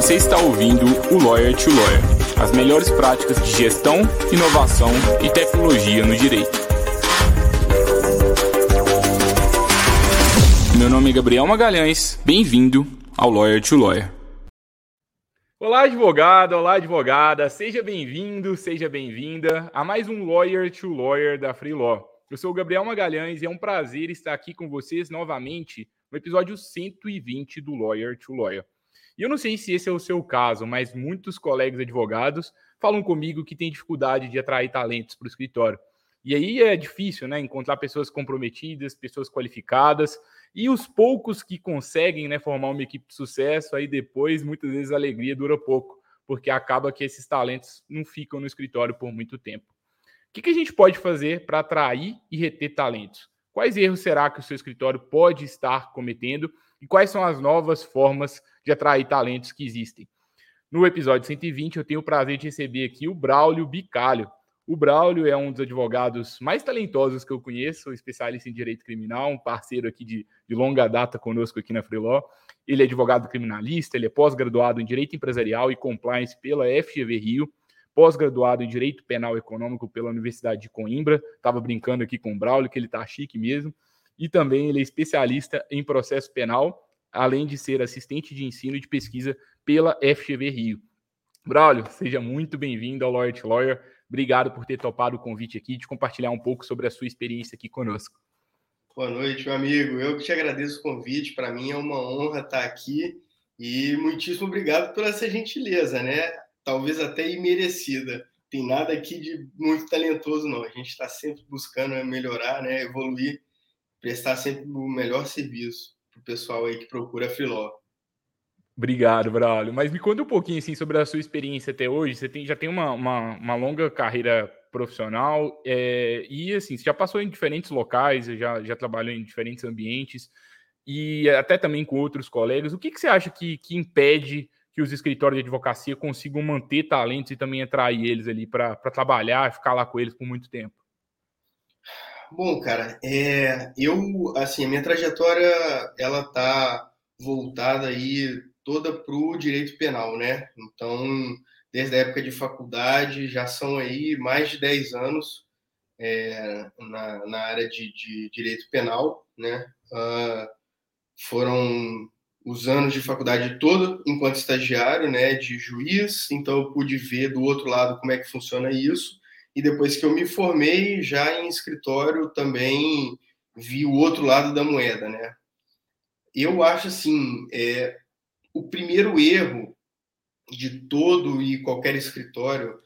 Você está ouvindo o Lawyer to Lawyer, as melhores práticas de gestão, inovação e tecnologia no direito. Meu nome é Gabriel Magalhães, bem-vindo ao Lawyer to Lawyer. Olá, advogado, olá, advogada, seja bem-vindo, seja bem-vinda a mais um Lawyer to Lawyer da Freelaw. Eu sou o Gabriel Magalhães e é um prazer estar aqui com vocês novamente no episódio 120 do Lawyer to Lawyer. E eu não sei se esse é o seu caso, mas muitos colegas advogados falam comigo que têm dificuldade de atrair talentos para o escritório. E aí é difícil, né, encontrar pessoas comprometidas, pessoas qualificadas, e os poucos que conseguem, né, formar uma equipe de sucesso, aí depois, muitas vezes, a alegria dura pouco, porque acaba que esses talentos não ficam no escritório por muito tempo. O que a gente pode fazer para atrair e reter talentos? Quais erros será que o seu escritório pode estar cometendo e quais são as novas formas de atrair talentos que existem? No episódio 120, eu tenho o prazer de receber aqui o Braulio Bicalho. O Braulio é um dos advogados mais talentosos que eu conheço, especialista em direito criminal, um parceiro aqui de longa data conosco aqui na Freelaw. Ele é advogado criminalista, ele é pós-graduado em Direito Empresarial e Compliance pela FGV Rio, pós-graduado em Direito Penal Econômico pela Universidade de Coimbra. Estava brincando aqui com o Braulio, que ele está chique mesmo. E também ele é especialista em processo penal, além de ser assistente de ensino e de pesquisa pela FGV Rio. Braulio, seja muito bem-vindo ao Lawyer to Lawyer. Obrigado por ter topado o convite aqui, de compartilhar um pouco sobre a sua experiência aqui conosco. Boa noite, meu amigo. Eu que te agradeço o convite. Para mim é uma honra estar aqui e muitíssimo obrigado pela essa gentileza, né? Talvez até imerecida. Tem nada aqui de muito talentoso, não. A gente está sempre buscando melhorar, né? Evoluir, prestar sempre o melhor serviço para o pessoal aí que procura a Freelaw. Obrigado, Braulio. Mas me conta um pouquinho assim, sobre a sua experiência até hoje. Você já tem uma longa carreira profissional e assim, você já passou em diferentes locais, já trabalhou em diferentes ambientes e até também com outros colegas. O que você acha que impede que os escritórios de advocacia consigam manter talentos e também atrair eles ali para trabalhar, ficar lá com eles por muito tempo? Bom, cara, a minha trajetória, ela tá voltada aí toda para o direito penal, né? Então, desde a época de faculdade, já são aí mais de 10 anos na área de direito penal, né? Foram os anos de faculdade todo enquanto estagiário, né, de juiz, então eu pude ver do outro lado como é que funciona isso, e depois que eu me formei, já em escritório, também vi o outro lado da moeda, né. Eu acho, assim, o primeiro erro de todo e qualquer escritório,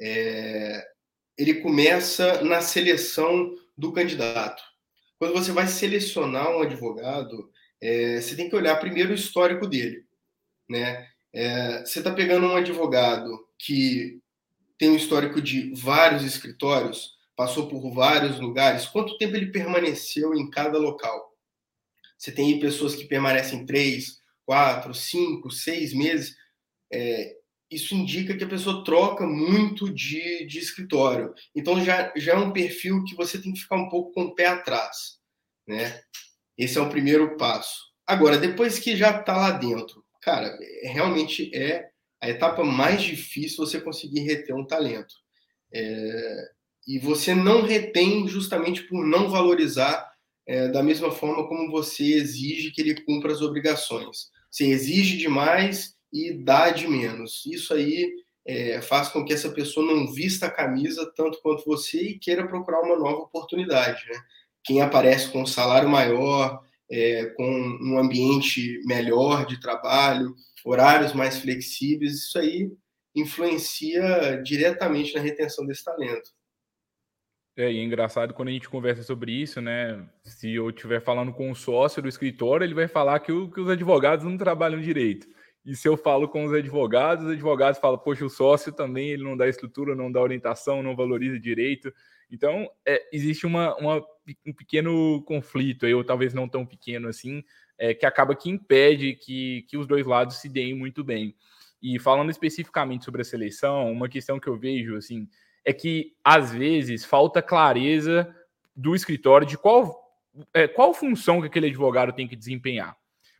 ele começa na seleção do candidato. Quando você vai selecionar um advogado, você tem que olhar primeiro o histórico dele, né? Você está pegando um advogado que tem um histórico de vários escritórios, passou por vários lugares, quanto tempo ele permaneceu em cada local? Você tem pessoas que permanecem 3, 4, 5, 6 meses. Isso indica que a pessoa troca muito de escritório. Então já é um perfil que você tem que ficar um pouco com o pé atrás, né? Esse é o primeiro passo. Agora, depois que já está lá dentro, cara, realmente é a etapa mais difícil você conseguir reter um talento. E você não retém justamente por não valorizar da mesma forma como você exige que ele cumpra as obrigações. Você exige demais e dá de menos. Isso aí faz com que essa pessoa não vista a camisa tanto quanto você e queira procurar uma nova oportunidade, né? Quem aparece com um salário maior, com um ambiente melhor de trabalho, horários mais flexíveis, isso aí influencia diretamente na retenção desse talento. E é engraçado quando a gente conversa sobre isso, né? Se eu estiver falando com o sócio do escritório, ele vai falar que os advogados não trabalham direito. E se eu falo com os advogados falam, poxa, o sócio também ele não dá estrutura, não dá orientação, não valoriza direito. Então, existe um pequeno conflito, ou talvez não tão pequeno assim, que acaba que impede que os dois lados se deem muito bem. E falando especificamente sobre a seleção, uma questão que eu vejo, assim, é que, às vezes, falta clareza do escritório de qual função que aquele advogado tem que desempenhar.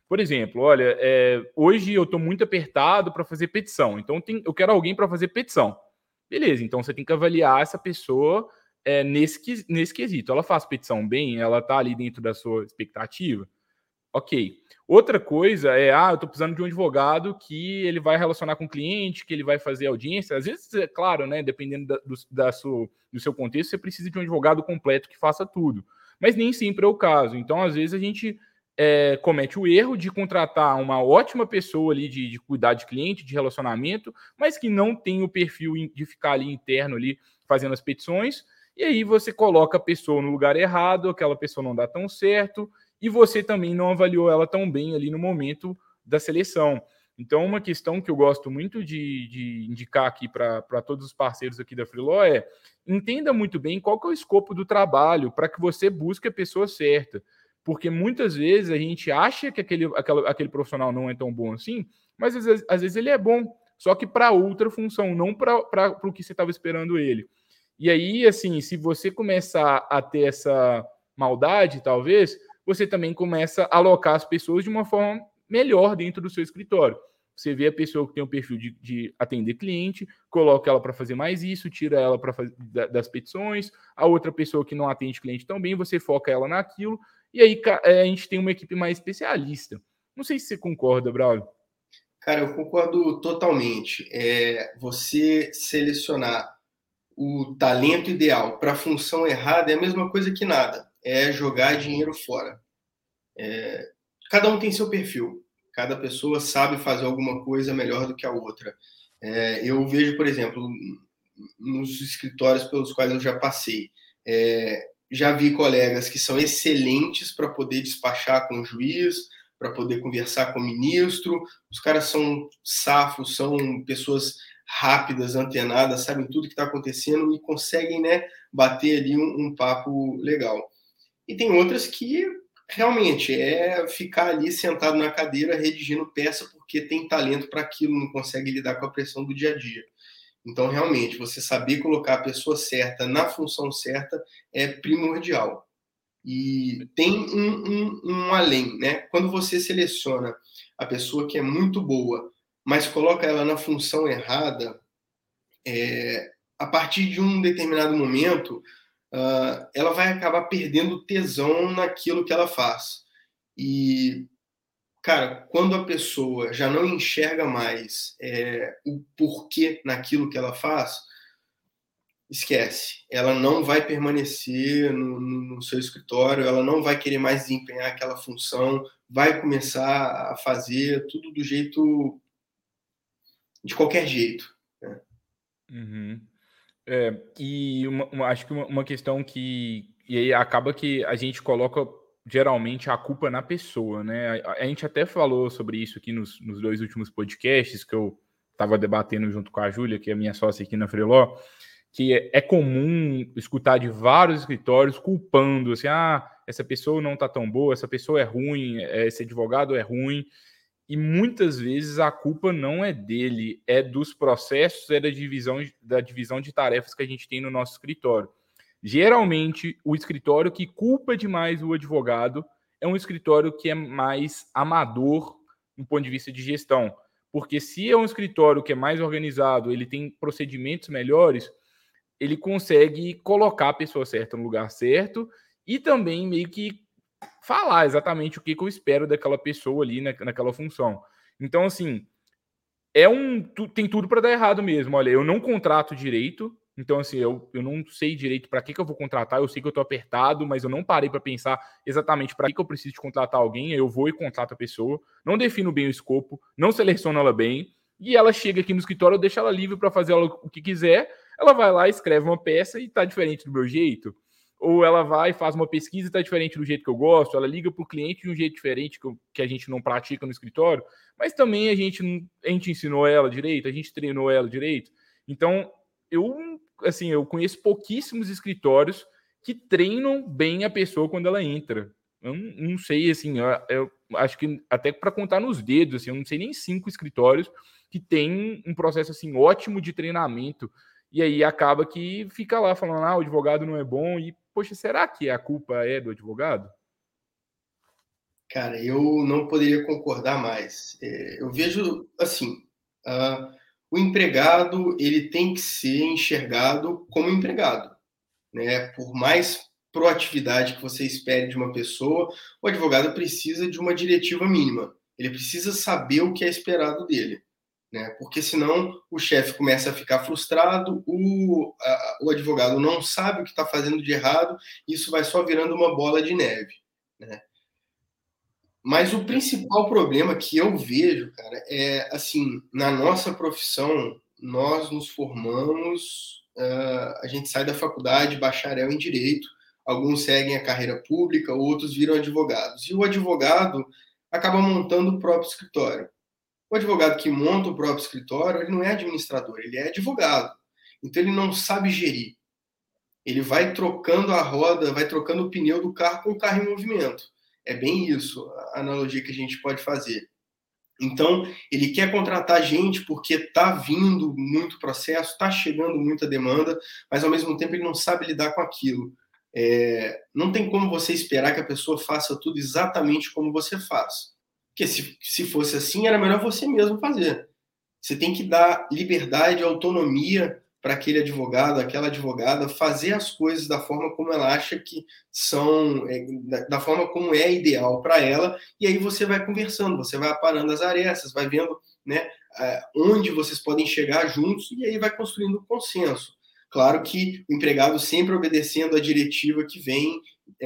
Por exemplo, olha, hoje eu estou muito apertado para fazer petição, então eu quero alguém para fazer petição. Beleza, então você tem que avaliar essa pessoa nesse quesito. Ela faz petição bem? Ela está ali dentro da sua expectativa? Ok. Outra coisa eu estou precisando de um advogado que ele vai relacionar com o cliente, que ele vai fazer audiência. Às vezes, é claro, né, dependendo do seu contexto, você precisa de um advogado completo que faça tudo. Mas nem sempre é o caso. Então, às vezes, a gente comete o erro de contratar uma ótima pessoa ali de cuidar de cliente, de relacionamento, mas que não tem o perfil de ficar ali interno ali fazendo as petições. E aí você coloca a pessoa no lugar errado, aquela pessoa não dá tão certo, e você também não avaliou ela tão bem ali no momento da seleção. Então, uma questão que eu gosto muito de indicar aqui para todos os parceiros aqui da Freeló entenda muito bem qual que é o escopo do trabalho para que você busque a pessoa certa. Porque muitas vezes a gente acha que aquele profissional não é tão bom assim, mas às vezes ele é bom, só que para outra função, não para o que você estava esperando ele. E aí, assim, se você começar a ter essa maldade, talvez, você também começa a alocar as pessoas de uma forma melhor dentro do seu escritório. Você vê a pessoa que tem um perfil de atender cliente, coloca ela para fazer mais isso, tira ela das petições, a outra pessoa que não atende cliente também, você foca ela naquilo, e aí a gente tem uma equipe mais especialista. Não sei se você concorda, Braulio. Cara, eu concordo totalmente. Você selecionar o talento ideal para a função errada é a mesma coisa que nada. É jogar dinheiro fora. Cada um tem seu perfil. Cada pessoa sabe fazer alguma coisa melhor do que a outra. Eu vejo, por exemplo, nos escritórios pelos quais eu já passei, já vi colegas que são excelentes para poder despachar com o juiz, para poder conversar com o ministro. Os caras são safos, são pessoas rápidas, antenadas, sabem tudo que está acontecendo e conseguem, né, bater ali um papo legal. E tem outras que realmente ficar ali sentado na cadeira redigindo peça porque tem talento para aquilo, não consegue lidar com a pressão do dia a dia. Então, realmente, você saber colocar a pessoa certa na função certa é primordial. E tem um além, né? Quando você seleciona a pessoa que é muito boa, mas coloca ela na função errada, a partir de um determinado momento, ela vai acabar perdendo tesão naquilo que ela faz. E, cara, quando a pessoa já não enxerga mais o porquê naquilo que ela faz, esquece. Ela não vai permanecer no seu escritório, ela não vai querer mais desempenhar aquela função, vai começar a fazer tudo do jeito, de qualquer jeito. Né? Uhum. E acho que uma questão e aí acaba que a gente coloca geralmente a culpa na pessoa, né? A gente até falou sobre isso aqui nos 2 últimos podcasts que eu estava debatendo junto com a Júlia, que é minha sócia aqui na Freeló, que é comum escutar de vários escritórios culpando, assim, essa pessoa não tá tão boa, essa pessoa é ruim, esse advogado é ruim, e muitas vezes a culpa não é dele, é dos processos, da divisão de tarefas que a gente tem no nosso escritório. Geralmente, o escritório que culpa demais o advogado é um escritório que é mais amador do ponto de vista de gestão. Porque se é um escritório que é mais organizado, ele tem procedimentos melhores, ele consegue colocar a pessoa certa no lugar certo e também meio que falar exatamente o que eu espero daquela pessoa ali naquela função. Então, assim, tem tudo para dar errado mesmo. Olha, eu não contrato direito, então, assim, eu não sei direito para que eu vou contratar, eu sei que eu estou apertado, mas eu não parei para pensar exatamente para que eu preciso de contratar alguém, eu vou e contrato a pessoa, não defino bem o escopo, não seleciono ela bem, e ela chega aqui no escritório, eu deixo ela livre para fazer o que quiser, ela vai lá, escreve uma peça e está diferente do meu jeito, ou ela vai e faz uma pesquisa e está diferente do jeito que eu gosto, ela liga para o cliente de um jeito diferente que a gente não pratica no escritório, mas também a gente ensinou ela direito, a gente treinou ela direito. Então, eu conheço pouquíssimos escritórios que treinam bem a pessoa quando ela entra. Eu não sei, assim, eu acho que até para contar nos dedos, assim, eu não sei nem 5 escritórios que têm um processo assim ótimo de treinamento. E aí acaba que fica lá falando, o advogado não é bom. E, poxa, será que a culpa é do advogado? Cara, eu não poderia concordar mais. Eu vejo assim, o empregado ele tem que ser enxergado como empregado, né? Por mais proatividade que você espere de uma pessoa, o advogado precisa de uma diretiva mínima. Ele precisa saber o que é esperado dele, né? Porque senão o chefe começa a ficar frustrado, o advogado não sabe o que está fazendo de errado, e isso vai só virando uma bola de neve, né? Mas o principal problema que eu vejo, cara, é assim, na nossa profissão, nós nos formamos, a gente sai da faculdade, bacharel em direito, alguns seguem a carreira pública, outros viram advogados. E o advogado acaba montando o próprio escritório. O advogado que monta o próprio escritório, ele não é administrador, ele é advogado. Então ele não sabe gerir. Ele vai trocando a roda, vai trocando o pneu do carro com o carro em movimento. É bem isso a analogia que a gente pode fazer. Então, ele quer contratar gente porque está vindo muito processo, está chegando muita demanda, mas ao mesmo tempo ele não sabe lidar com aquilo. Não tem como você esperar que a pessoa faça tudo exatamente como você faz. Porque se fosse assim, era melhor você mesmo fazer. Você tem que dar liberdade, autonomia para aquele advogado, aquela advogada, fazer as coisas da forma como ela acha que são, da forma como é ideal para ela, e aí você vai conversando, você vai aparando as arestas, vai vendo, né, onde vocês podem chegar juntos, e aí vai construindo um consenso. Claro que o empregado sempre obedecendo a diretiva que vem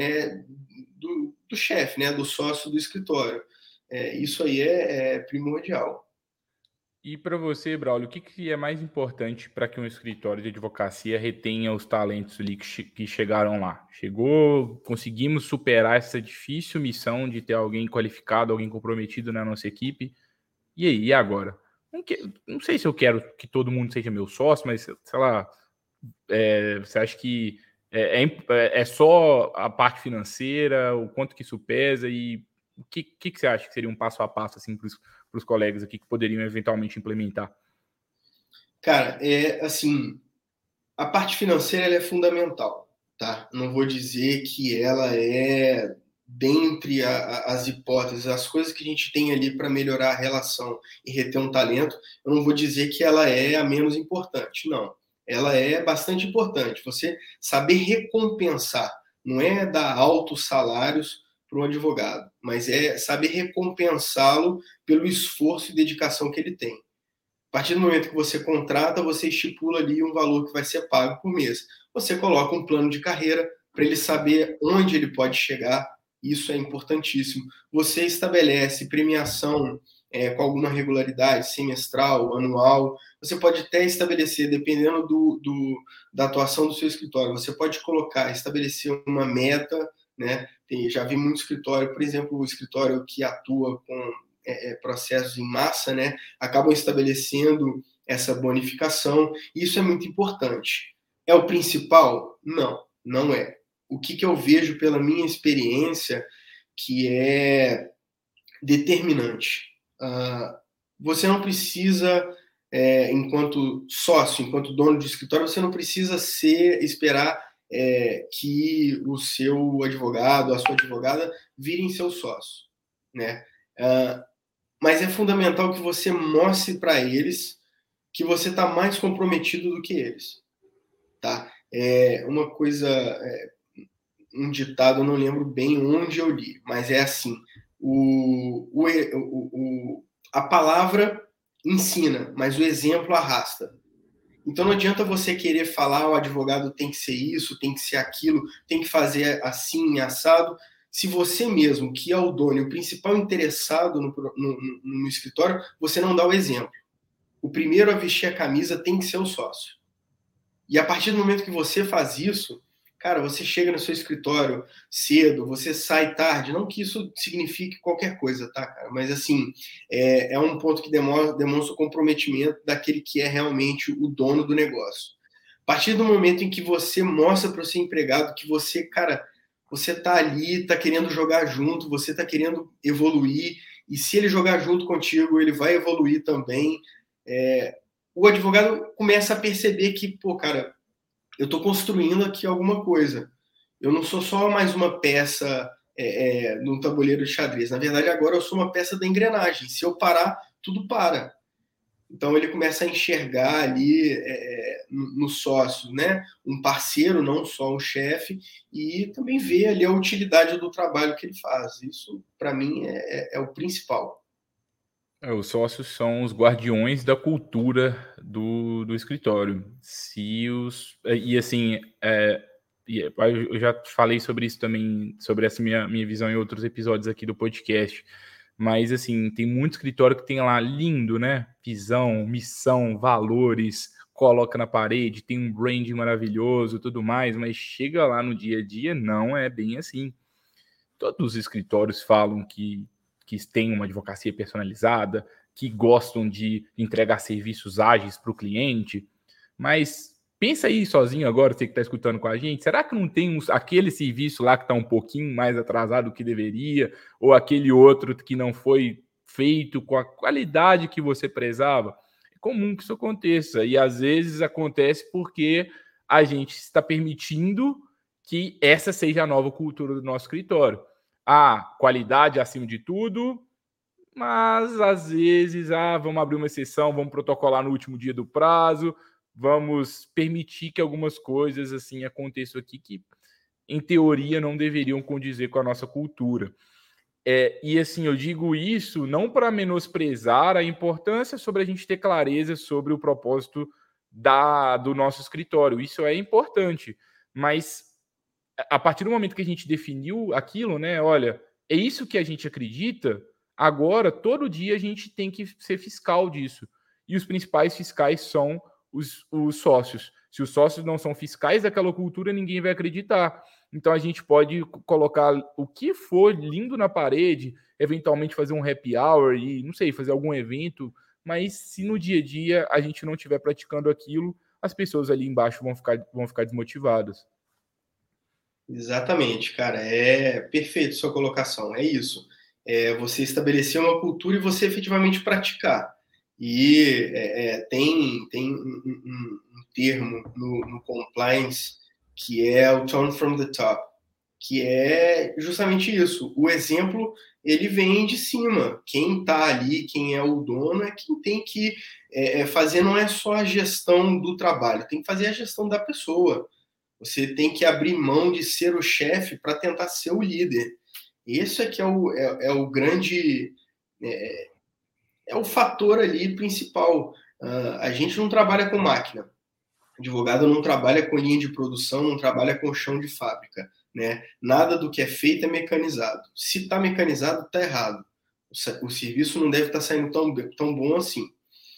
do chefe, né, do sócio do escritório. Isso aí é primordial. E para você, Braulio, o que é mais importante para que um escritório de advocacia retenha os talentos ali que chegaram lá? Conseguimos superar essa difícil missão de ter alguém qualificado, alguém comprometido na nossa equipe. E aí, e agora? Não sei se eu quero que todo mundo seja meu sócio, mas, sei lá, você acha que é só a parte financeira, o quanto que isso pesa e o que você acha que seria um passo a passo assim, para os colegas aqui que poderiam eventualmente implementar? Cara, assim, a parte financeira ela é fundamental, tá? Não vou dizer que ela é dentre as hipóteses, as coisas que a gente tem ali para melhorar a relação e reter um talento, eu não vou dizer que ela é a menos importante, não. Ela é bastante importante. Você saber recompensar, não é dar altos salários para um advogado, mas é saber recompensá-lo pelo esforço e dedicação que ele tem. A partir do momento que você contrata, você estipula ali um valor que vai ser pago por mês. Você coloca um plano de carreira para ele saber onde ele pode chegar. Isso é importantíssimo. Você estabelece premiação com alguma regularidade, semestral, anual. Você pode até estabelecer, dependendo da atuação do seu escritório, você pode estabelecer uma meta, né? Já vi muito escritório, por exemplo, o escritório que atua com processos em massa, né, acabam estabelecendo essa bonificação. Isso é muito importante. É o principal? Não, não é. O que eu vejo pela minha experiência que é determinante? Você não precisa, enquanto sócio, enquanto dono de escritório, você não precisa esperar que o seu advogado, a sua advogada, virem seu sócio, né? Mas é fundamental que você mostre para eles que você está mais comprometido do que eles, tá? Uma coisa, um ditado, eu não lembro bem onde eu li, mas é assim: a palavra ensina, mas o exemplo arrasta. Então não adianta você querer falar, o advogado tem que ser isso, tem que ser aquilo, tem que fazer assim, assado, se você mesmo, que é o dono e o principal interessado no escritório, você não dá o exemplo. O primeiro a vestir a camisa tem que ser o sócio. E a partir do momento que você faz isso, cara, você chega no seu escritório cedo, você sai tarde, não que isso signifique qualquer coisa, tá, cara? Mas, assim, é um ponto que demonstra o comprometimento daquele que é realmente o dono do negócio. A partir do momento em que você mostra para o seu empregado que você, cara, você tá ali, tá querendo jogar junto, você tá querendo evoluir, e se ele jogar junto contigo, ele vai evoluir também. O advogado começa a perceber que, pô, cara, eu tô construindo aqui alguma coisa. Eu não sou só mais uma peça no tabuleiro de xadrez. Na verdade, agora eu sou uma peça da engrenagem. Se eu parar, tudo para. Então ele começa a enxergar ali no sócio, né, um parceiro, não só um chefe, e também vê ali a utilidade do trabalho que ele faz. Isso, para mim, é o principal. Os sócios são os guardiões da cultura do escritório. E assim, eu já falei sobre isso também, sobre essa minha visão em outros episódios aqui do podcast. Mas, assim, tem muito escritório que tem lá lindo, né? Visão, missão, valores, coloca na parede, tem um branding maravilhoso, tudo mais, mas chega lá no dia a dia, não é bem assim. Todos os escritórios falam que têm uma advocacia personalizada, que gostam de entregar serviços ágeis para o cliente, mas pensa aí sozinho agora, você que está escutando com a gente, será que não tem aquele serviço lá que está um pouquinho mais atrasado do que deveria, ou aquele outro que não foi feito com a qualidade que você prezava? É comum que isso aconteça, e às vezes acontece porque a gente está permitindo que essa seja a nova cultura do nosso escritório. Qualidade acima de tudo, mas às vezes, vamos abrir uma exceção, vamos protocolar no último dia do prazo, vamos permitir que algumas coisas assim aconteçam aqui que, em teoria, não deveriam condizer com a nossa cultura. E assim, eu digo isso não para menosprezar a importância sobre a gente ter clareza sobre o propósito do nosso escritório. Isso é importante, mas a partir do momento que a gente definiu aquilo, né? Olha, é isso que a gente acredita. Agora, todo dia a gente tem que ser fiscal disso. E os principais fiscais são os sócios. Se os sócios não são fiscais daquela cultura, ninguém vai acreditar. Então a gente pode colocar o que for lindo na parede, eventualmente fazer um happy hour e, não sei, fazer algum evento, mas se no dia a dia a gente não estiver praticando aquilo, as pessoas ali embaixo vão ficar desmotivadas. Exatamente, cara. É perfeito sua colocação. É isso. Você estabelecer uma cultura e você efetivamente praticar. E tem um termo no compliance que é o turn from the top, que é justamente isso. O exemplo, ele vem de cima. Quem está ali, quem é o dono, é quem tem que fazer, não é só a gestão do trabalho, tem que fazer a gestão da pessoa. Você tem que abrir mão de ser o chefe para tentar ser o líder. Esse é que é o grande... É o fator ali principal. A gente não trabalha com máquina. Advogado não trabalha com linha de produção, não trabalha com chão de fábrica. Né? Nada do que é feito é mecanizado. Se está mecanizado, está errado. O serviço não deve estar saindo tão bom assim.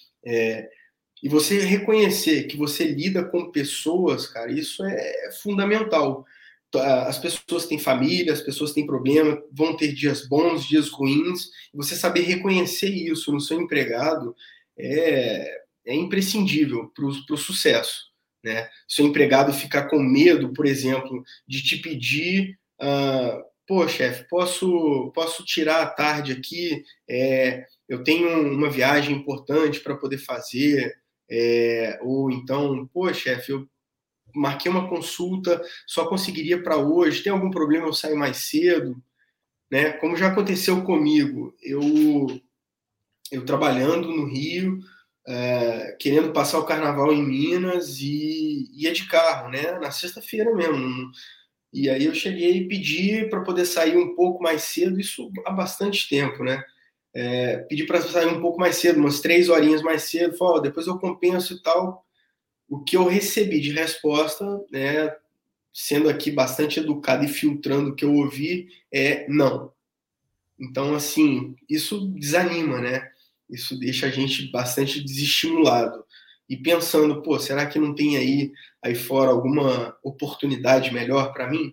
E você reconhecer que você lida com pessoas, cara, isso é fundamental. As pessoas têm família, as pessoas têm problema, vão ter dias bons, dias ruins. E você saber reconhecer isso no seu empregado é imprescindível para o sucesso. Né? Se o empregado ficar com medo, por exemplo, de te pedir, pô, chefe, posso tirar a tarde aqui? Eu tenho uma viagem importante para poder fazer. Ou então, pô, chefe, eu marquei uma consulta, só conseguiria para hoje, tem algum problema eu saio mais cedo? Né? Como já aconteceu comigo, eu trabalhando no Rio, querendo passar o carnaval em Minas e ia de carro, né? Na sexta-feira mesmo. E aí eu cheguei e pedi para poder sair um pouco mais cedo, isso há bastante tempo, né? Pedi para sair um pouco mais cedo, umas 3 horinhas mais cedo, falei, depois eu compenso e tal. O que eu recebi de resposta, né, sendo aqui bastante educado e filtrando o que eu ouvi, é não. Então, assim, isso desanima, né? Isso deixa a gente bastante desestimulado. E pensando, pô, será que não tem aí fora alguma oportunidade melhor para mim?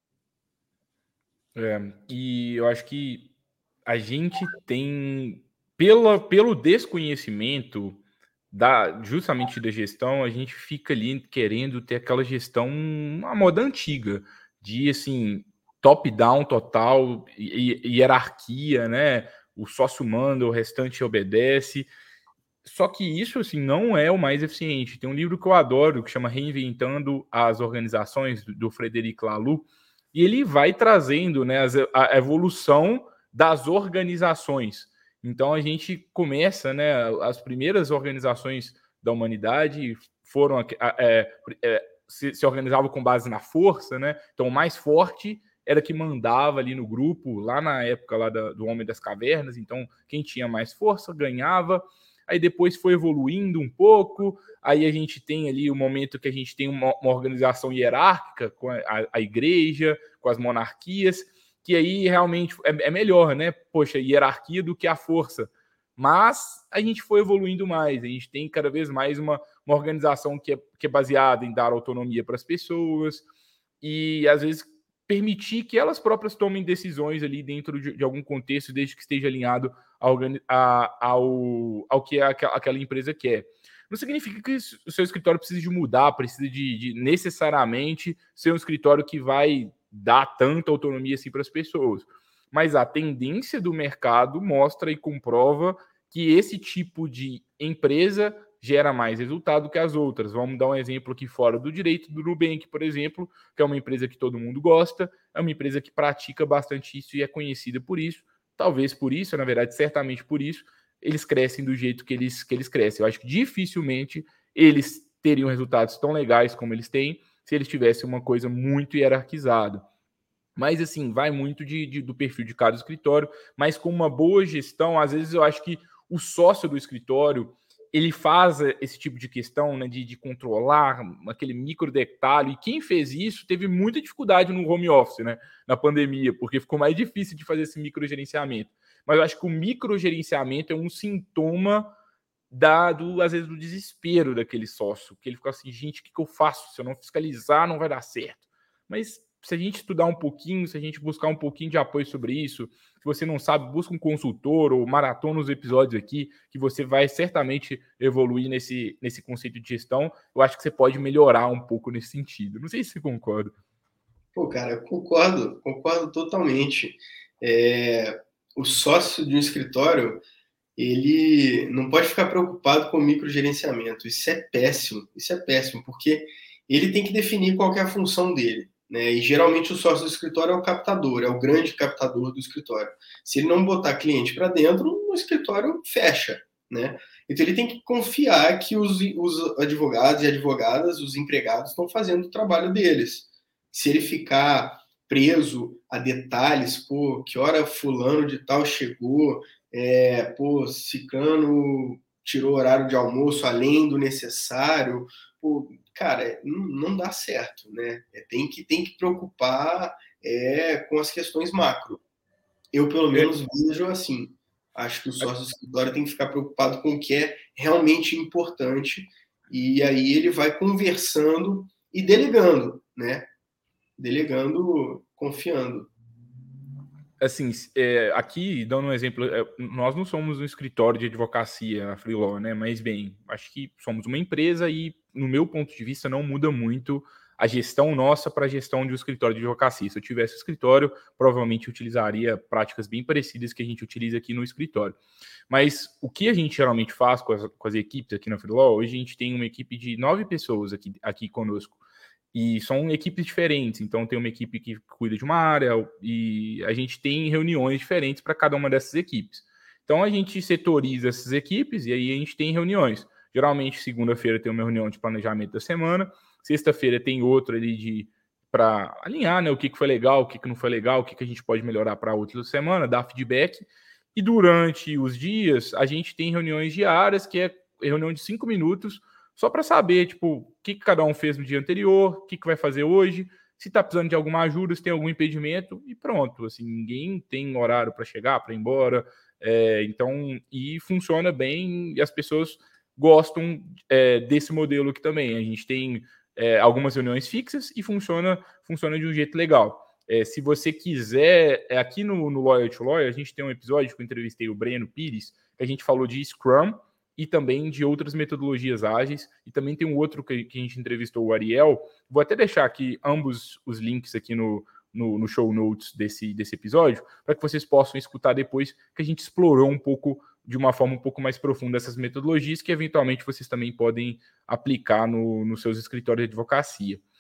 E eu acho que a gente tem, pelo desconhecimento justamente da gestão, a gente fica ali querendo ter aquela gestão à moda antiga, de assim, top-down total, hierarquia, né? O sócio manda, o restante obedece. Só que isso, assim, não é o mais eficiente. Tem um livro que eu adoro, que chama Reinventando as Organizações, do Frederic Laloux, e ele vai trazendo, né, a evolução das organizações. Então a gente começa, né, as primeiras organizações da humanidade foram se organizavam com base na força, né? Então o mais forte era que mandava ali no grupo, lá na época lá do Homem das Cavernas. Então quem tinha mais força ganhava. Aí depois foi evoluindo um pouco. Aí a gente tem ali o momento que a gente tem uma organização hierárquica com a igreja, com as monarquias, que aí realmente é melhor, né? Poxa, hierarquia do que a força. Mas a gente foi evoluindo mais, a gente tem cada vez mais uma organização que é baseada em dar autonomia para as pessoas e, às vezes, permitir que elas próprias tomem decisões ali dentro de algum contexto, desde que esteja alinhado ao que aquela empresa quer. Não significa que o seu escritório precise de mudar, precisa de necessariamente ser um escritório que vai dar tanta autonomia assim para as pessoas. Mas a tendência do mercado mostra e comprova que esse tipo de empresa gera mais resultado que as outras. Vamos dar um exemplo aqui fora do direito do Nubank, por exemplo, que é uma empresa que todo mundo gosta, é uma empresa que pratica bastante isso e é conhecida por isso. Talvez por isso, na verdade, certamente por isso, eles crescem do jeito que eles crescem. Eu acho que dificilmente eles teriam resultados tão legais como eles têm se eles tivessem uma coisa muito hierarquizada. Mas, assim, vai muito do perfil de cada escritório, mas com uma boa gestão, às vezes eu acho que o sócio do escritório, ele faz esse tipo de questão, né, de controlar aquele micro detalhe, e quem fez isso teve muita dificuldade no home office, né, na pandemia, porque ficou mais difícil de fazer esse microgerenciamento. Mas eu acho que o microgerenciamento é um sintoma às vezes, do desespero daquele sócio, que ele fica assim, gente, o que eu faço? Se eu não fiscalizar, não vai dar certo. Mas se a gente estudar um pouquinho, se a gente buscar um pouquinho de apoio sobre isso, se você não sabe, busca um consultor ou maratona os episódios aqui, que você vai certamente evoluir nesse conceito de gestão. Eu acho que você pode melhorar um pouco nesse sentido. Não sei se você concorda. Pô, cara, eu concordo totalmente. O sócio de um escritório, ele não pode ficar preocupado com o microgerenciamento. Isso é péssimo, porque ele tem que definir qual que é a função dele, né? E geralmente o sócio do escritório é o captador, é o grande captador do escritório. Se ele não botar cliente para dentro, o escritório fecha, né? Então ele tem que confiar que os advogados e advogadas, os empregados, estão fazendo o trabalho deles. Se ele ficar preso a detalhes, pô, que hora fulano de tal chegou, ciclano tirou horário de almoço além do necessário, pô, cara, não dá certo, né? Tem que preocupar com as questões macro. Eu, pelo menos, vejo assim. Acho que o sócio do escritório tem que ficar preocupado com o que é realmente importante, e aí ele vai conversando e delegando, né? Delegando, confiando. Assim, aqui, dando um exemplo, nós não somos um escritório de advocacia, a Freelaw, né? Mas, bem, acho que somos uma empresa e, no meu ponto de vista, não muda muito a gestão nossa para a gestão de um escritório de advocacia. Se eu tivesse um escritório, provavelmente utilizaria práticas bem parecidas que a gente utiliza aqui no escritório. Mas o que a gente geralmente faz com as equipes aqui na Freelaw, hoje a gente tem uma equipe de 9 pessoas aqui conosco. E são equipes diferentes, então tem uma equipe que cuida de uma área e a gente tem reuniões diferentes para cada uma dessas equipes. Então a gente setoriza essas equipes e aí a gente tem reuniões. Geralmente segunda-feira tem uma reunião de planejamento da semana, sexta-feira tem outra ali para alinhar, né, o que foi legal, o que não foi legal, o que a gente pode melhorar para outra semana, dar feedback. E durante os dias a gente tem reuniões diárias, que é reunião de 5 minutos, só para saber, tipo, o que cada um fez no dia anterior, o que vai fazer hoje, se está precisando de alguma ajuda, se tem algum impedimento, e pronto. Assim, ninguém tem horário para chegar, para ir embora. Então, e funciona bem, e as pessoas gostam desse modelo aqui também. A gente tem algumas reuniões fixas e funciona de um jeito legal. Se você quiser, aqui no Lawyer to Lawyer, a gente tem um episódio que eu entrevistei o Breno Pires, que a gente falou de Scrum, e também de outras metodologias ágeis, e também tem um outro que a gente entrevistou, o Ariel. Vou até deixar aqui ambos os links aqui no show notes desse episódio, para que vocês possam escutar depois, que a gente explorou um pouco, de uma forma um pouco mais profunda, essas metodologias, que eventualmente vocês também podem aplicar nos seus escritórios de advocacia.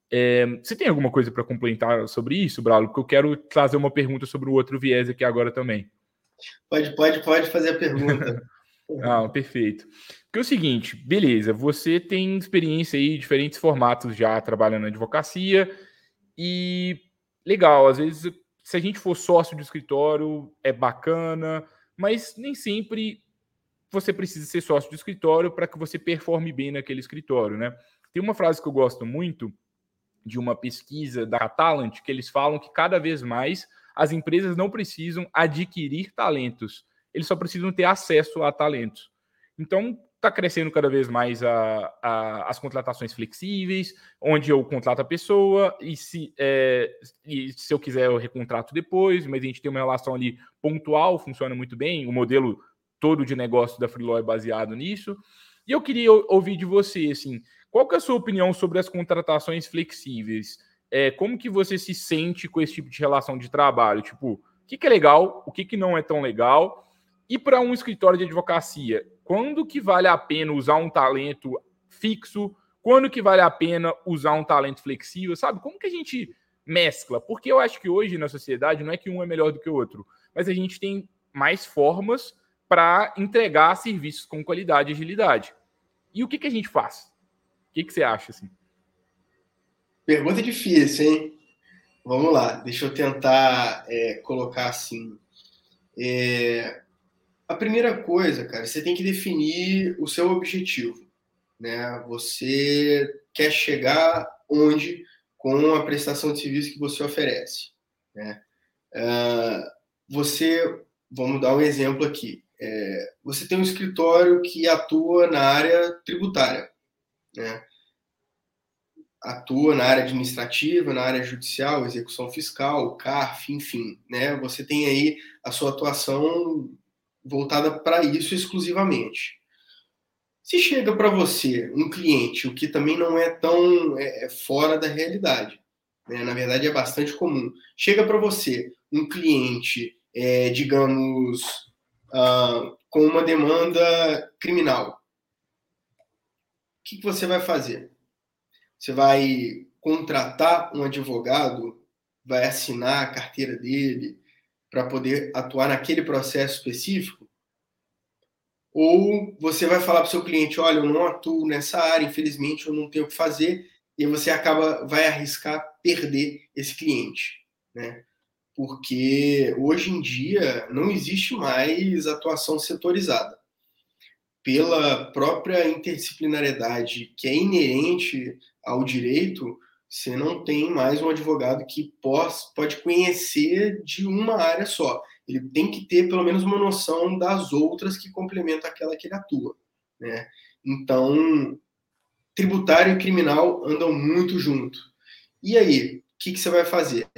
Você tem alguma coisa para complementar sobre isso, Braulio? Porque eu quero trazer uma pergunta sobre o outro viés aqui agora também. Pode fazer a pergunta. Perfeito. Porque é o seguinte, beleza, você tem experiência aí em diferentes formatos já trabalhando na advocacia e legal, às vezes se a gente for sócio de escritório é bacana, mas nem sempre você precisa ser sócio de escritório para que você performe bem naquele escritório, né? Tem uma frase que eu gosto muito de uma pesquisa da Talent, que eles falam que cada vez mais as empresas não precisam adquirir talentos, eles só precisam ter acesso a talentos. Então, está crescendo cada vez mais as contratações flexíveis, onde eu contrato a pessoa e se eu quiser eu recontrato depois, mas a gente tem uma relação ali pontual, funciona muito bem, o modelo todo de negócio da Freeló é baseado nisso. E eu queria ouvir de você, assim, qual que é a sua opinião sobre as contratações flexíveis? Como que você se sente com esse tipo de relação de trabalho? Tipo, o que é legal, o que não é tão legal? E para um escritório de advocacia, quando que vale a pena usar um talento fixo? Quando que vale a pena usar um talento flexível? Sabe? Como que a gente mescla? Porque eu acho que hoje na sociedade não é que um é melhor do que o outro, mas a gente tem mais formas para entregar serviços com qualidade e agilidade. E o que a gente faz? O que você acha, assim? Pergunta difícil, hein? Vamos lá, deixa eu tentar colocar assim. A primeira coisa, cara, você tem que definir o seu objetivo, né? Você quer chegar onde com a prestação de serviço que você oferece, né? Vamos dar um exemplo aqui. Você tem um escritório que atua na área tributária, né? Atua na área administrativa, na área judicial, execução fiscal, CARF, enfim, né? Você tem aí a sua atuação voltada para isso exclusivamente. Se chega para você um cliente, o que também não é tão fora da realidade, né? Na verdade é bastante comum. Chega para você um cliente, digamos, com uma demanda criminal. O que você vai fazer? Você vai contratar um advogado, vai assinar a carteira dele para poder atuar naquele processo específico? Ou você vai falar para o seu cliente, olha, eu não atuo nessa área, infelizmente eu não tenho o que fazer, e você vai arriscar perder esse cliente, né? Porque hoje em dia não existe mais atuação setorizada. Pela própria interdisciplinariedade que é inerente ao direito, você não tem mais um advogado que pode conhecer de uma área só. Ele tem que ter pelo menos uma noção das outras que complementam aquela que ele atua, né? Então, tributário e criminal andam muito junto. E aí, o que você vai fazer?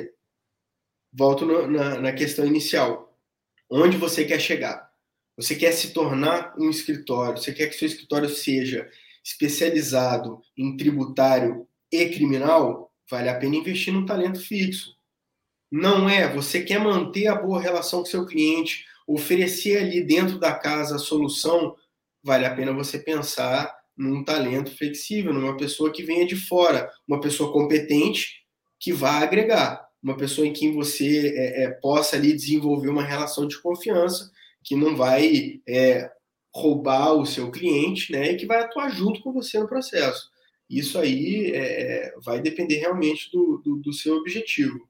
Volto na questão inicial. Onde você quer chegar? Você quer se tornar um escritório? Você quer que seu escritório seja especializado em tributário e criminal? Vale a pena investir num talento fixo. Não é? Você quer manter a boa relação com seu cliente, oferecer ali dentro da casa a solução? Vale a pena você pensar num talento flexível, numa pessoa que venha de fora, uma pessoa competente que vá agregar, uma pessoa em quem você possa ali desenvolver uma relação de confiança, que não vai roubar o seu cliente, né, e que vai atuar junto com você no processo. Isso aí vai depender realmente do seu objetivo.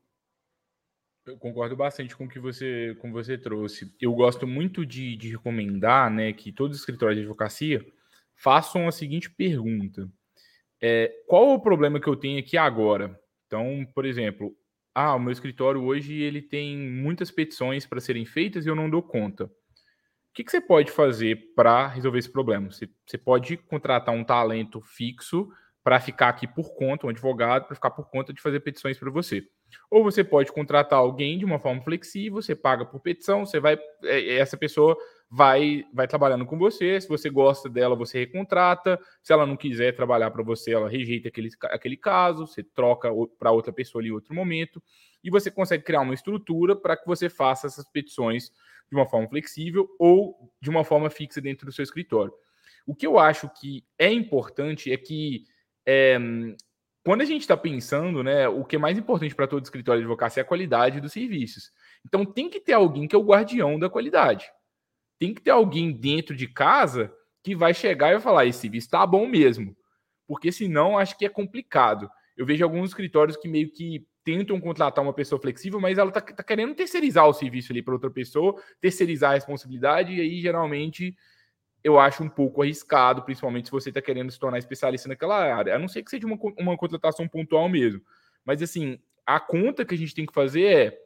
Eu concordo bastante com o que você trouxe. Eu gosto muito de recomendar, né, que todos os escritórios de advocacia façam a seguinte pergunta. Qual é o problema que eu tenho aqui agora? Então, por exemplo, o meu escritório hoje ele tem muitas petições para serem feitas e eu não dou conta. O que você pode fazer para resolver esse problema? Você pode contratar um talento fixo para ficar aqui por conta, um advogado, para ficar por conta de fazer petições para você. Ou você pode contratar alguém de uma forma flexível, você paga por petição, essa pessoa vai trabalhando com você, se você gosta dela, você recontrata, se ela não quiser trabalhar para você, ela rejeita aquele caso, você troca para outra pessoa ali em outro momento, e você consegue criar uma estrutura para que você faça essas petições de uma forma flexível ou de uma forma fixa dentro do seu escritório. O que eu acho que é importante é que quando a gente está pensando, né, o que é mais importante para todo escritório de advocacia é a qualidade dos serviços. Então tem que ter alguém que é o guardião da qualidade. Tem que ter alguém dentro de casa que vai chegar e vai falar: esse serviço está bom mesmo. Porque senão acho que é complicado. Eu vejo alguns escritórios que meio que tentam contratar uma pessoa flexível, mas ela tá querendo terceirizar o serviço ali para outra pessoa, terceirizar a responsabilidade, e aí geralmente eu acho um pouco arriscado, principalmente se você está querendo se tornar especialista naquela área. A não ser que seja uma contratação pontual mesmo. Mas assim, a conta que a gente tem que fazer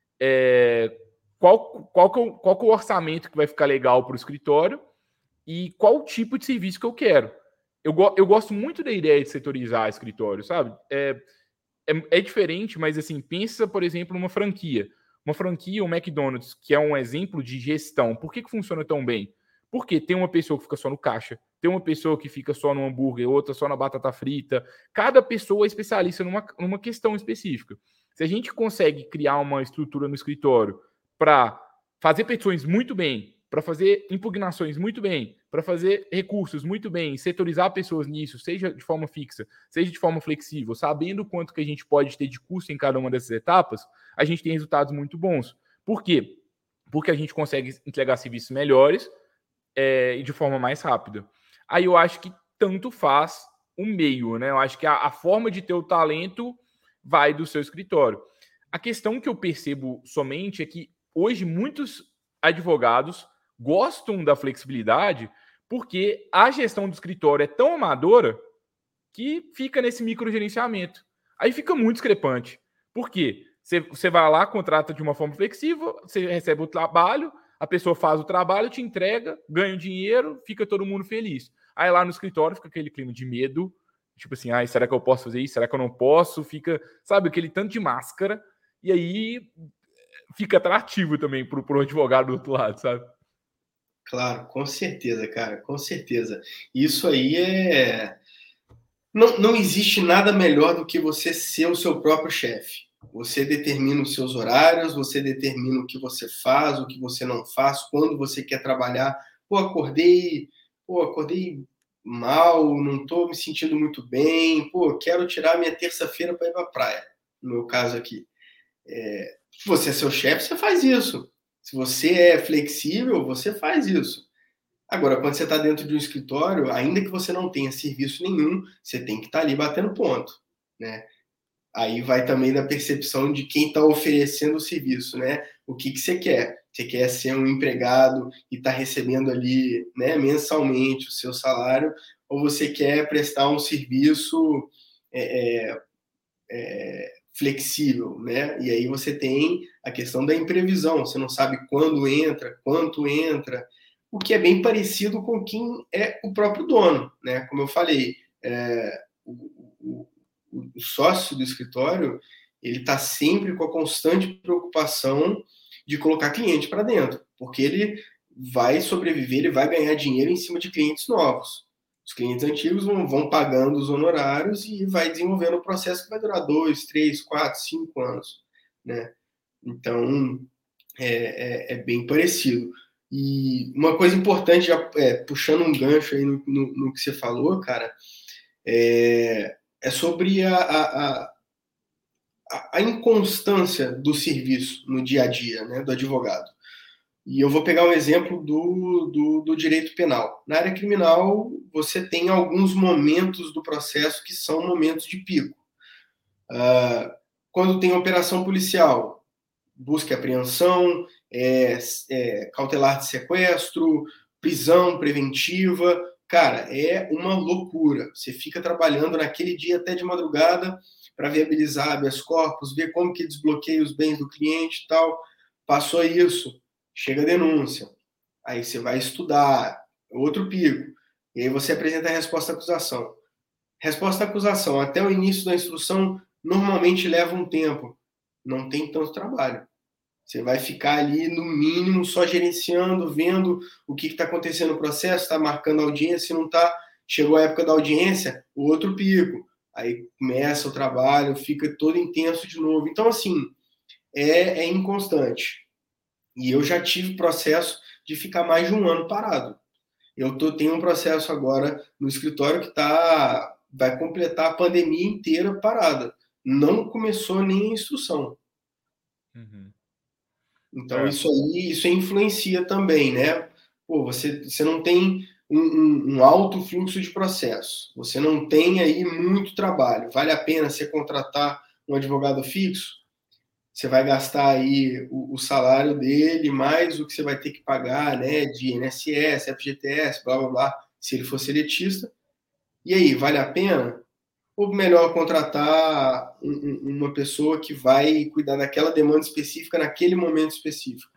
qual que é o orçamento que vai ficar legal para o escritório e qual tipo de serviço que eu quero. Eu gosto muito da ideia de setorizar escritório, sabe? É diferente, mas assim, pensa, por exemplo, numa franquia. Uma franquia, o McDonald's, que é um exemplo de gestão. Por que funciona tão bem? Porque tem uma pessoa que fica só no caixa, tem uma pessoa que fica só no hambúrguer, outra só na batata frita. Cada pessoa é especialista numa questão específica. Se a gente consegue criar uma estrutura no escritório para fazer petições muito bem, para fazer impugnações muito bem, para fazer recursos muito bem, setorizar pessoas nisso, seja de forma fixa, seja de forma flexível, sabendo quanto que a gente pode ter de custo em cada uma dessas etapas, a gente tem resultados muito bons. Por quê? Porque a gente consegue entregar serviços melhores e de forma mais rápida. Aí eu acho que tanto faz o meio, né? Eu acho que a forma de ter o talento vai do seu escritório. A questão que eu percebo somente é que hoje muitos advogados gostam da flexibilidade porque a gestão do escritório é tão amadora que fica nesse microgerenciamento. Aí fica muito discrepante. Por quê? Você vai lá, contrata de uma forma flexível, você recebe o trabalho, a pessoa faz o trabalho, te entrega, ganha o dinheiro, fica todo mundo feliz. Aí lá no escritório fica aquele clima de medo, tipo assim, será que eu posso fazer isso? Será que eu não posso? Fica, sabe, aquele tanto de máscara, e aí fica atrativo também pro advogado do outro lado, sabe? Claro, com certeza, cara, com certeza. Isso aí não existe nada melhor do que você ser o seu próprio chefe. Você determina os seus horários, você determina o que você faz, o que você não faz, quando você quer trabalhar. Acordei mal, não estou me sentindo muito bem, quero tirar minha terça-feira para ir para a praia, no meu caso aqui. Se você é seu chefe, você faz isso. Se você é flexível, você faz isso. Agora, quando você está dentro de um escritório, ainda que você não tenha serviço nenhum, você tem que estar ali batendo ponto, né? Aí vai também da percepção de quem está oferecendo o serviço, né? O que você quer? Você quer ser um empregado e está recebendo ali, né, mensalmente o seu salário, ou você quer prestar um serviço flexível, né? E aí você tem a questão da imprevisão, você não sabe quando entra, quanto entra, o que é bem parecido com quem é o próprio dono, né? Como eu falei, o sócio do escritório, ele está sempre com a constante preocupação de colocar cliente para dentro, porque ele vai sobreviver, ele vai ganhar dinheiro em cima de clientes novos. Os clientes antigos vão pagando os honorários e vai desenvolvendo um processo que vai durar 2, 3, 4, 5 anos, né? Então, é bem parecido. E uma coisa importante, já puxando um gancho aí no que você falou, cara, é sobre a inconstância do serviço no dia a dia, né, do advogado. E eu vou pegar um exemplo do direito penal. Na área criminal, você tem alguns momentos do processo que são momentos de pico. Quando tem operação policial, busca e apreensão, cautelar de sequestro, prisão preventiva. Cara, é uma loucura. Você fica trabalhando naquele dia até de madrugada para viabilizar habeas corpus, ver como que desbloqueia os bens do cliente e tal. Passou isso, chega a denúncia. Aí você vai estudar, outro pico. E aí você apresenta a resposta à acusação. Resposta à acusação, até o início da instrução, normalmente leva um tempo. Não tem tanto trabalho. Você vai ficar ali, no mínimo, só gerenciando, vendo o que está acontecendo no processo, está marcando audiência, se não está, chegou a época da audiência, o outro pico. Aí começa o trabalho, fica todo intenso de novo. Então, assim, é inconstante. E eu já tive processo de ficar mais de um ano parado. Tenho um processo agora no escritório que está vai completar a pandemia inteira parada. Não começou nem a instrução. Uhum. Então, isso influencia também, né? Pô, você não tem um alto fluxo de processo, você não tem aí muito trabalho. Vale a pena você contratar um advogado fixo? Você vai gastar aí o salário dele, mais o que você vai ter que pagar, né, de INSS, FGTS, blá, blá, blá, se ele for seletista. E aí, vale a pena? Ou melhor contratar uma pessoa que vai cuidar daquela demanda específica naquele momento específico?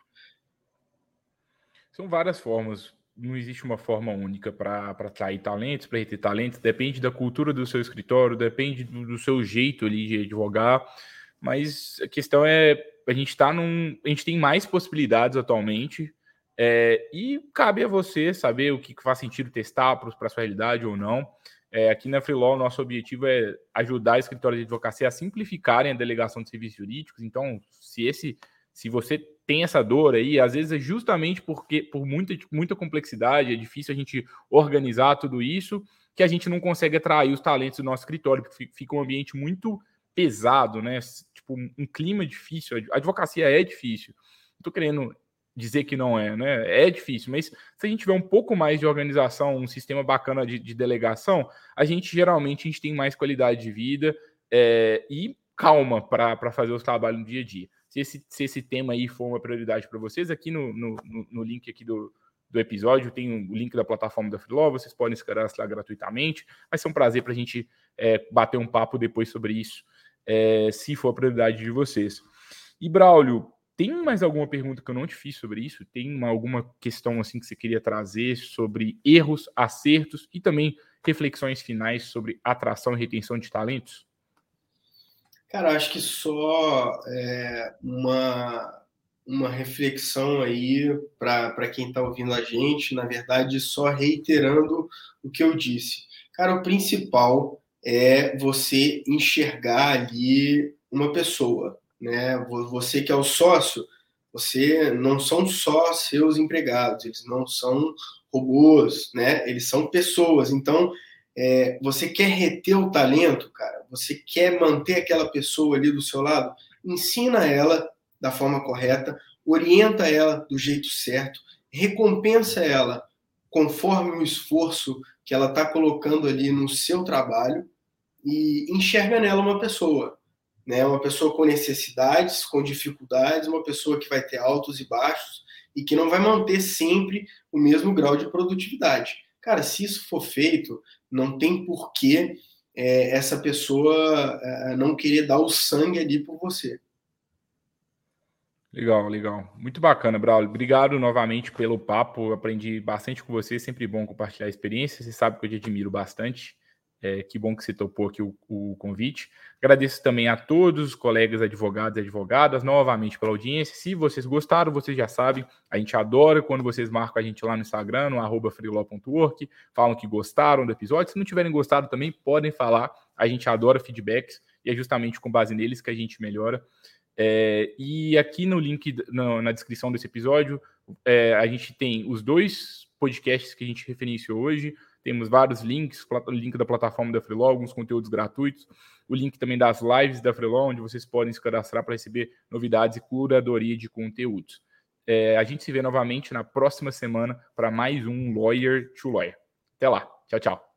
São várias formas. Não existe uma forma única para atrair talentos, para reter talentos. Depende da cultura do seu escritório, depende do seu jeito ali de advogar. Mas a questão é, a gente tem mais possibilidades atualmente, e cabe a você saber o que faz sentido testar para a sua realidade ou não. Aqui na Freelaw, o nosso objetivo é ajudar escritórios de advocacia a simplificarem a delegação de serviços jurídicos. Então, se você tem essa dor aí, às vezes é justamente porque por muita complexidade, é difícil a gente organizar tudo isso, que a gente não consegue atrair os talentos do nosso escritório, porque fica um ambiente muito pesado, né? Tipo, um clima difícil. A advocacia é difícil. Não tô querendo dizer que não é, né? É difícil, mas se a gente tiver um pouco mais de organização, um sistema bacana de delegação, geralmente a gente tem mais qualidade de vida e calma para fazer os trabalhos no dia a dia. Se esse tema aí for uma prioridade para vocês, aqui no link aqui do episódio tem o link da plataforma da Freelaw, vocês podem se cadastrar gratuitamente. Vai ser um prazer para a gente bater um papo depois sobre isso, se for a prioridade de vocês. E, Braulio, tem mais alguma pergunta que eu não te fiz sobre isso? Tem alguma questão assim que você queria trazer sobre erros, acertos e também reflexões finais sobre atração e retenção de talentos? Cara, acho que só uma reflexão aí para quem está ouvindo a gente, na verdade, só reiterando o que eu disse. Cara, o principal é você enxergar ali uma pessoa, né? Você que é o sócio, você não são só seus empregados, eles não são robôs, né? Eles são pessoas. Então, você quer reter o talento, cara? Você quer manter aquela pessoa ali do seu lado? Ensina ela da forma correta, orienta ela do jeito certo, recompensa ela conforme o esforço que ela está colocando ali no seu trabalho e enxerga nela uma pessoa, né? Uma pessoa com necessidades, com dificuldades, uma pessoa que vai ter altos e baixos e que não vai manter sempre o mesmo grau de produtividade. Cara, se isso for feito, não tem porquê essa pessoa não querer dar o sangue ali por você. Legal, legal. Muito bacana, Braulio. Obrigado novamente pelo papo. Eu aprendi bastante com você. Sempre bom compartilhar experiências. Você sabe que eu te admiro bastante. Que bom que você topou aqui o convite. Agradeço também a todos os colegas advogados e advogadas novamente pela audiência. Se vocês gostaram, vocês já sabem, a gente adora quando vocês marcam a gente lá no Instagram, no @freelaw.work, falam que gostaram do episódio. Se não tiverem gostado também, podem falar. A gente adora feedbacks e é justamente com base neles que a gente melhora. E aqui no link, na descrição desse episódio, a gente tem os 2 podcasts que a gente referenciou hoje. Temos vários links, o link da plataforma da Freelaw, alguns conteúdos gratuitos, o link também das lives da Freelaw, onde vocês podem se cadastrar para receber novidades e curadoria de conteúdos. A gente se vê novamente na próxima semana para mais um Lawyer to Lawyer. Até lá. Tchau, tchau.